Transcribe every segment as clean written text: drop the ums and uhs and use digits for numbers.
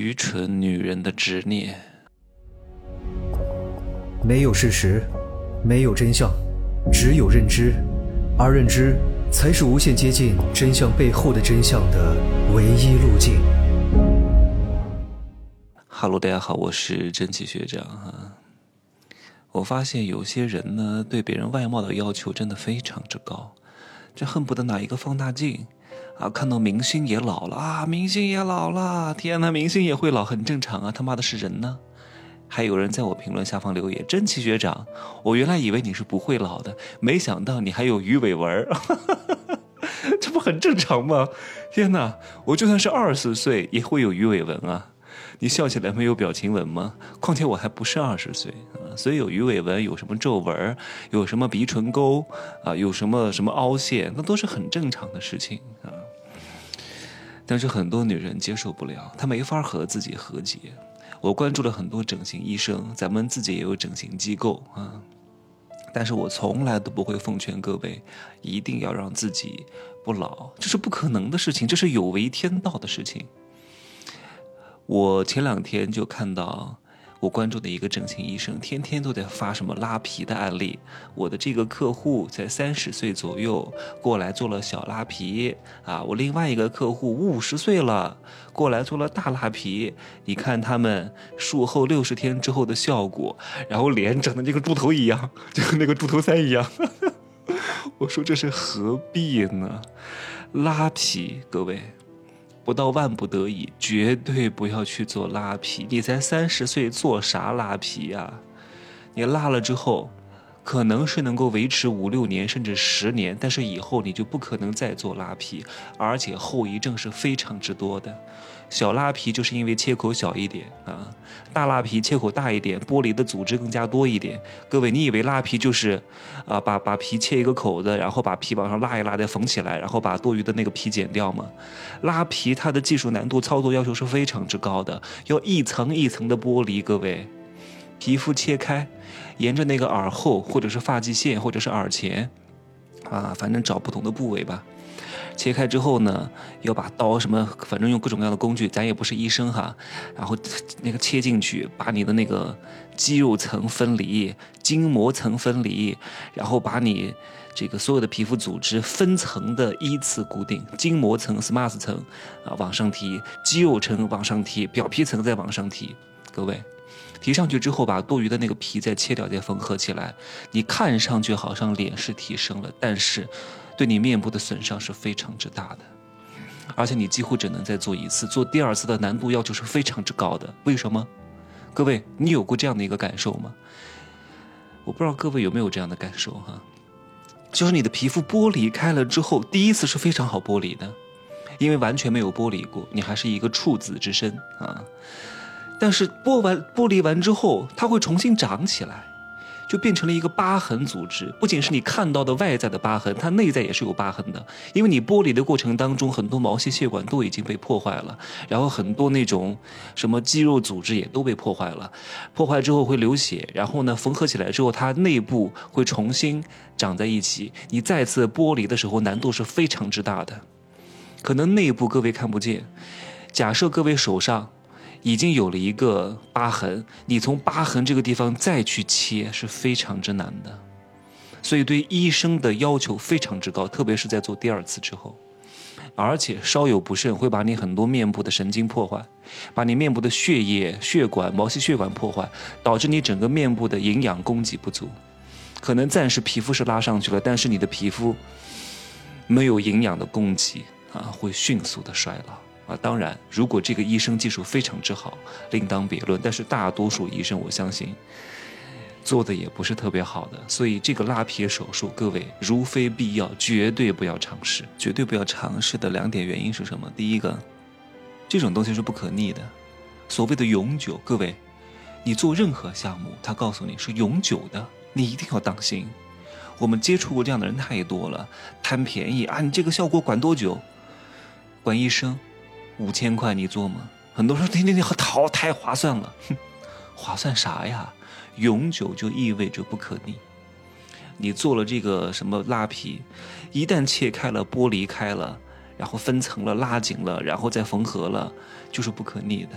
愚蠢女人的执念。 没有事实，没有真相，只有认知，而认知才是无限接近真相背后的真相的唯一路径。 哈喽，大家好，我是真奇学长我发现有些人呢，对别人外貌的要求真的非常之高，这恨不得拿一个放大镜看到明星也老了明星也老了，天哪，明星也会老，很正常他妈的是人呢。还有人在我评论下方留言，真奇学长，我原来以为你是不会老的，没想到你还有鱼尾纹这不很正常吗？天哪，我就算是20岁也会有鱼尾纹你笑起来没有表情纹吗？况且我还不是20岁所以有鱼尾纹，有什么皱纹，有什么鼻唇沟有什么凹陷，那都是很正常的事情但是很多女人接受不了，她没法和自己和解。我关注了很多整形医生，咱们自己也有整形机构但是我从来都不会奉劝各位一定要让自己不老，这是不可能的事情，这是有违天道的事情。我前2天就看到我关注的一个整形医生天天都在发什么拉皮的案例，我的这个客户才30岁左右过来做了小拉皮我另外一个客户50岁了过来做了大拉皮，你看他们术后60天之后的效果，然后脸长得这个猪头一样，就跟那个猪头3一样我说这是何必呢？拉皮，各位不到万不得已绝对不要去做拉皮，你才30岁做啥拉皮你拉了之后可能是能够维持5、6年甚至10年，但是以后你就不可能再做拉皮，而且后遗症是非常之多的。小拉皮就是因为切口小一点大拉皮切口大一点，剥离的组织更加多一点。各位，你以为拉皮就是把皮切一个口子，然后把皮往上拉一拉再缝起来，然后把多余的那个皮剪掉吗？拉皮它的技术难度操作要求是非常之高的，要一层一层的剥离。各位，皮肤切开，沿着那个耳后或者是发际线或者是耳前反正找不同的部位吧，切开之后呢，要把刀反正用各种各样的工具，咱也不是医生然后那个切进去，把你的那个肌肉层分离，筋膜层分离，然后把你这个所有的皮肤组织分层的依次固定，筋膜层 SMAS 层往上提，肌肉层往上提，表皮层再往上提。各位，提上去之后，把多余的那个皮再切掉，再缝合起来，你看上去好像脸是提升了，但是对你面部的损伤是非常之大的，而且你几乎只能再做1次，做第2次的难度要求是非常之高的。为什么？各位，你有过这样的一个感受吗？我不知道各位有没有这样的感受就是你的皮肤剥离开了之后，第1次是非常好剥离的，因为完全没有剥离过，你还是一个处子之身但是剥离完之后，它会重新长起来，就变成了一个疤痕组织。不仅是你看到的外在的疤痕，它内在也是有疤痕的，因为你剥离的过程当中，很多毛细血管都已经被破坏了，然后很多那种什么肌肉组织也都被破坏了，破坏之后会流血，然后呢缝合起来之后，它内部会重新长在一起，你再次剥离的时候难度是非常之大的。可能内部各位看不见，假设各位手上已经有了一个疤痕，你从疤痕这个地方再去切是非常之难的，所以对医生的要求非常之高，特别是在做第2次之后，而且稍有不慎会把你很多面部的神经破坏，把你面部的血液、血管、毛细血管破坏，导致你整个面部的营养供给不足，可能暂时皮肤是拉上去了，但是你的皮肤没有营养的供给会迅速的衰老。当然如果这个医生技术非常之好另当别论，但是大多数医生我相信做的也不是特别好的，所以这个拉皮手术各位如非必要绝对不要尝试。绝对不要尝试的2点原因是什么？第一个，这种东西是不可逆的，所谓的永久，各位你做任何项目他告诉你是永久的，你一定要当心。我们接触过这样的人太多了，贪便宜你这个效果管多久？管一生5000块你做吗？很多人说天好太划算了，划算啥呀？永久就意味着不可逆。你做了这个什么拉皮，一旦切开了剥离开了，然后分层了拉紧了，然后再缝合了，就是不可逆的。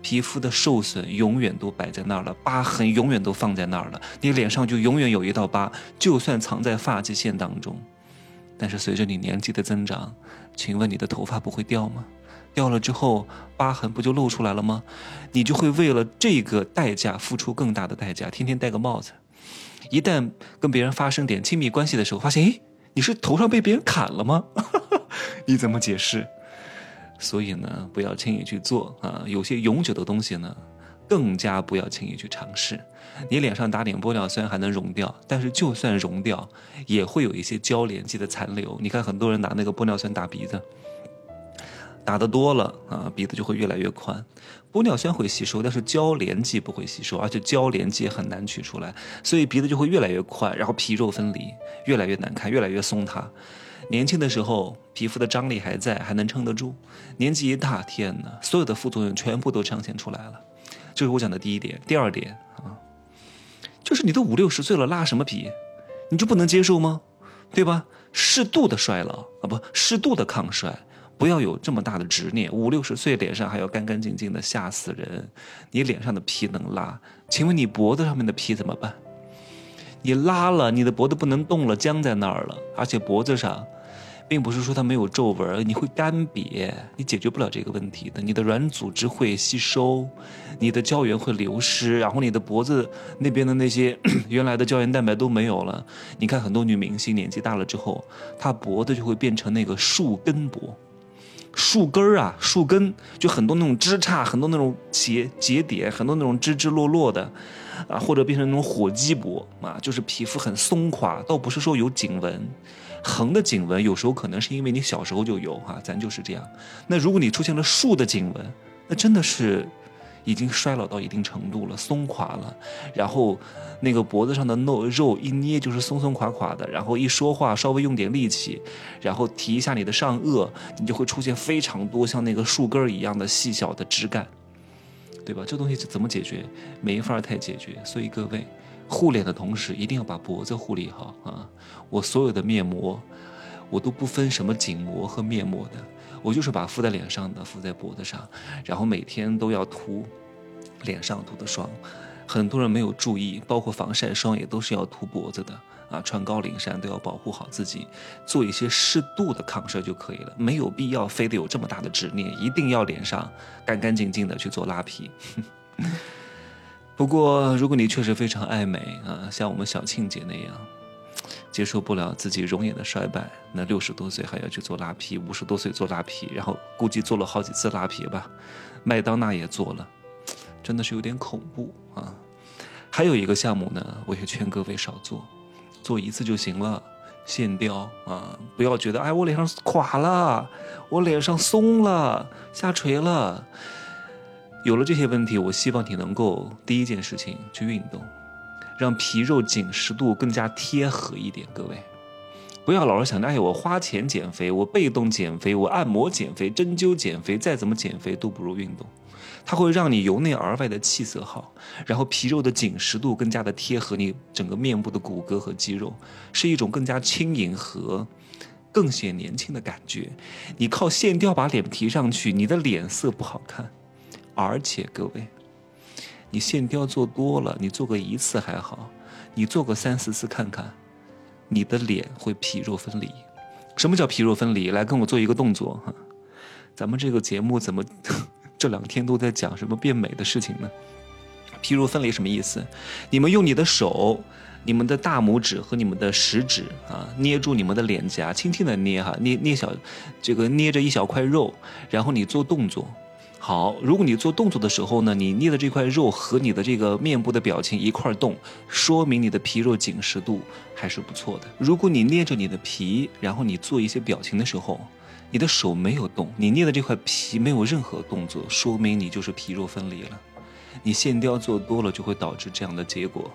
皮肤的受损永远都摆在那儿了，疤痕永远都放在那儿了，你脸上就永远有一道疤，就算藏在发际线当中。但是随着你年纪的增长，请问你的头发不会掉吗？掉了之后疤痕不就露出来了吗？你就会为了这个代价付出更大的代价，天天戴个帽子。一旦跟别人发生点亲密关系的时候，发现诶，你是头上被别人砍了吗？你怎么解释？所以呢，不要轻易去做啊！有些永久的东西呢，更加不要轻易去尝试。你脸上打点玻尿酸还能溶掉，但是就算溶掉，也会有一些胶联剂的残留。你看很多人拿那个玻尿酸打鼻子，打得多了啊，鼻子就会越来越宽。玻尿酸会吸收，但是胶联剂不会吸收，而且胶联剂很难取出来，所以鼻子就会越来越宽，然后皮肉分离，越来越难看，越来越松塌。年轻的时候皮肤的张力还在，还能撑得住，年纪一大，天哪，所有的副作用全部都彰显出来了。这是我讲的第一点。第二点啊，就是你都50、60岁了，拉什么皮？你就不能接受吗？对吧？适度的衰老啊，不，适度的抗衰，不要有这么大的执念。50、60岁脸上还要干干净净的，吓死人！你脸上的皮能拉，请问你脖子上面的皮怎么办？你拉了，你的脖子不能动了，僵在那儿了，而且脖子上并不是说它没有皱纹，你会干瘪，你解决不了这个问题的。你的软组织会吸收，你的胶原会流失，然后你的脖子那边的那些原来的胶原蛋白都没有了。你看很多女明星年纪大了之后，她脖子就会变成那个树根脖。树根啊，树根就很多那种枝杈，很多那种节点，很多那种枝枝落落的啊，或者变成那种火鸡脖啊，就是皮肤很松垮，倒不是说有颈纹，横的颈纹有时候可能是因为你小时候就有啊，咱就是这样。那如果你出现了竖的颈纹，那真的是已经衰老到一定程度了，松垮了，然后那个脖子上的肉一捏就是松松垮垮的，然后一说话稍微用点力气，然后提一下你的上颚，你就会出现非常多像那个树根一样的细小的枝干，对吧？这东西怎么解决？没法太解决。所以各位护脸的同时一定要把脖子护理好啊！我所有的面膜我都不分什么紧膜和面膜的，我就是把敷在脸上的敷在脖子上，然后每天都要涂脸上涂的霜。很多人没有注意，包括防晒霜也都是要涂脖子的啊，穿高领衫都要保护好自己，做一些适度的抗晒就可以了，没有必要非得有这么大的执念，一定要脸上干干净净的去做拉皮。不过如果你确实非常爱美啊，像我们小庆姐那样接受不了自己容颜的衰败，那60多岁还要去做拉皮，50多岁做拉皮，然后估计做了好几次拉皮吧，麦当娜也做了，真的是有点恐怖啊。还有一个项目呢，我也劝各位少做，做一次就行了，线雕啊，不要觉得哎我脸上垮了，我脸上松了，下垂了。有了这些问题，我希望你能够第一件事情去运动，让皮肉紧实度更加贴合一点。各位不要老是想着哎我花钱减肥，我被动减肥，我按摩减肥，针灸减肥，再怎么减肥都不如运动。它会让你由内而外的气色好，然后皮肉的紧实度更加的贴合你整个面部的骨骼和肌肉，是一种更加轻盈和更显年轻的感觉。你靠线雕把脸提上去，你的脸色不好看。而且各位，你线雕做多了，你做个1次还好，你做个3、4次看看，你的脸会皮肉分离。什么叫皮肉分离？来跟我做一个动作哈。咱们这个节目怎么这2天都在讲什么变美的事情呢？皮肉分离什么意思？你们用你的手，你们的大拇指和你们的食指啊，捏住你们的脸颊，轻轻的捏哈，捏着一小块肉，然后你做动作。好，如果你做动作的时候呢，你捏的这块肉和你的这个面部的表情一块动，说明你的皮肉紧实度还是不错的。如果你捏着你的皮，然后你做一些表情的时候，你的手没有动，你捏的这块皮没有任何动作，说明你就是皮肉分离了。你线雕做多了就会导致这样的结果。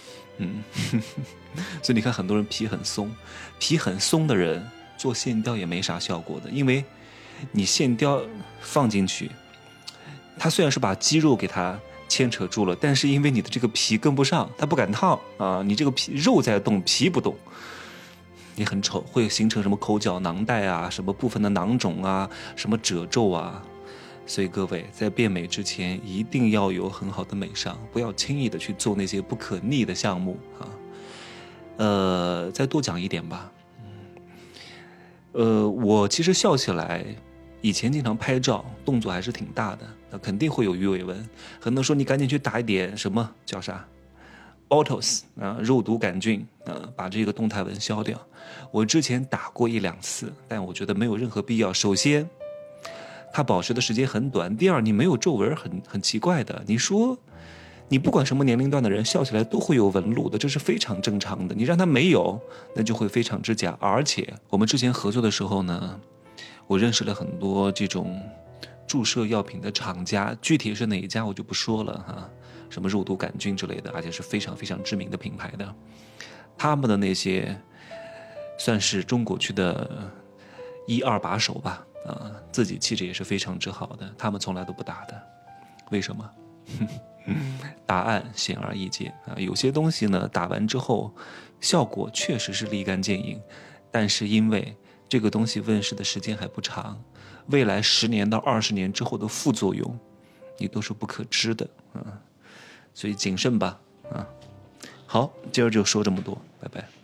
所以你看很多人皮很松，皮很松的人做线雕也没啥效果的，因为你线雕放进去，它虽然是把肌肉给它牵扯住了，但是因为你的这个皮跟不上，它不赶趟啊，你这个皮肉在动，皮不动，你很丑，会形成什么口角囊袋啊，什么部分的囊肿啊，什么褶皱啊， 所以各位在变美之前一定要有很好的美商，不要轻易的去做那些不可逆的项目再多讲一点吧。我其实笑起来，以前经常拍照，动作还是挺大的，那肯定会有鱼尾纹。很多人说你赶紧去打一点什么叫啥 Botox 肉毒杆菌把这个动态纹消掉。我之前打过1-2次，但我觉得没有任何必要。首先它保持的时间很短，第二你没有皱纹很奇怪的。你说你不管什么年龄段的人笑起来都会有纹路的，这是非常正常的。你让他没有，那就会非常之假。而且我们之前合作的时候呢，我认识了很多这种注射药品的厂家，具体是哪一家我就不说了什么肉毒杆菌之类的，而且是非常非常知名的品牌的。他们的那些算是中国区的1、2把手吧，自己气质也是非常之好的，他们从来都不打的。为什么？答案显而易见有些东西呢，打完之后效果确实是立竿见影，但是因为这个东西问世的时间还不长，未来10年到20年之后的副作用，你都是不可知的所以谨慎吧好，今儿就说这么多，拜拜。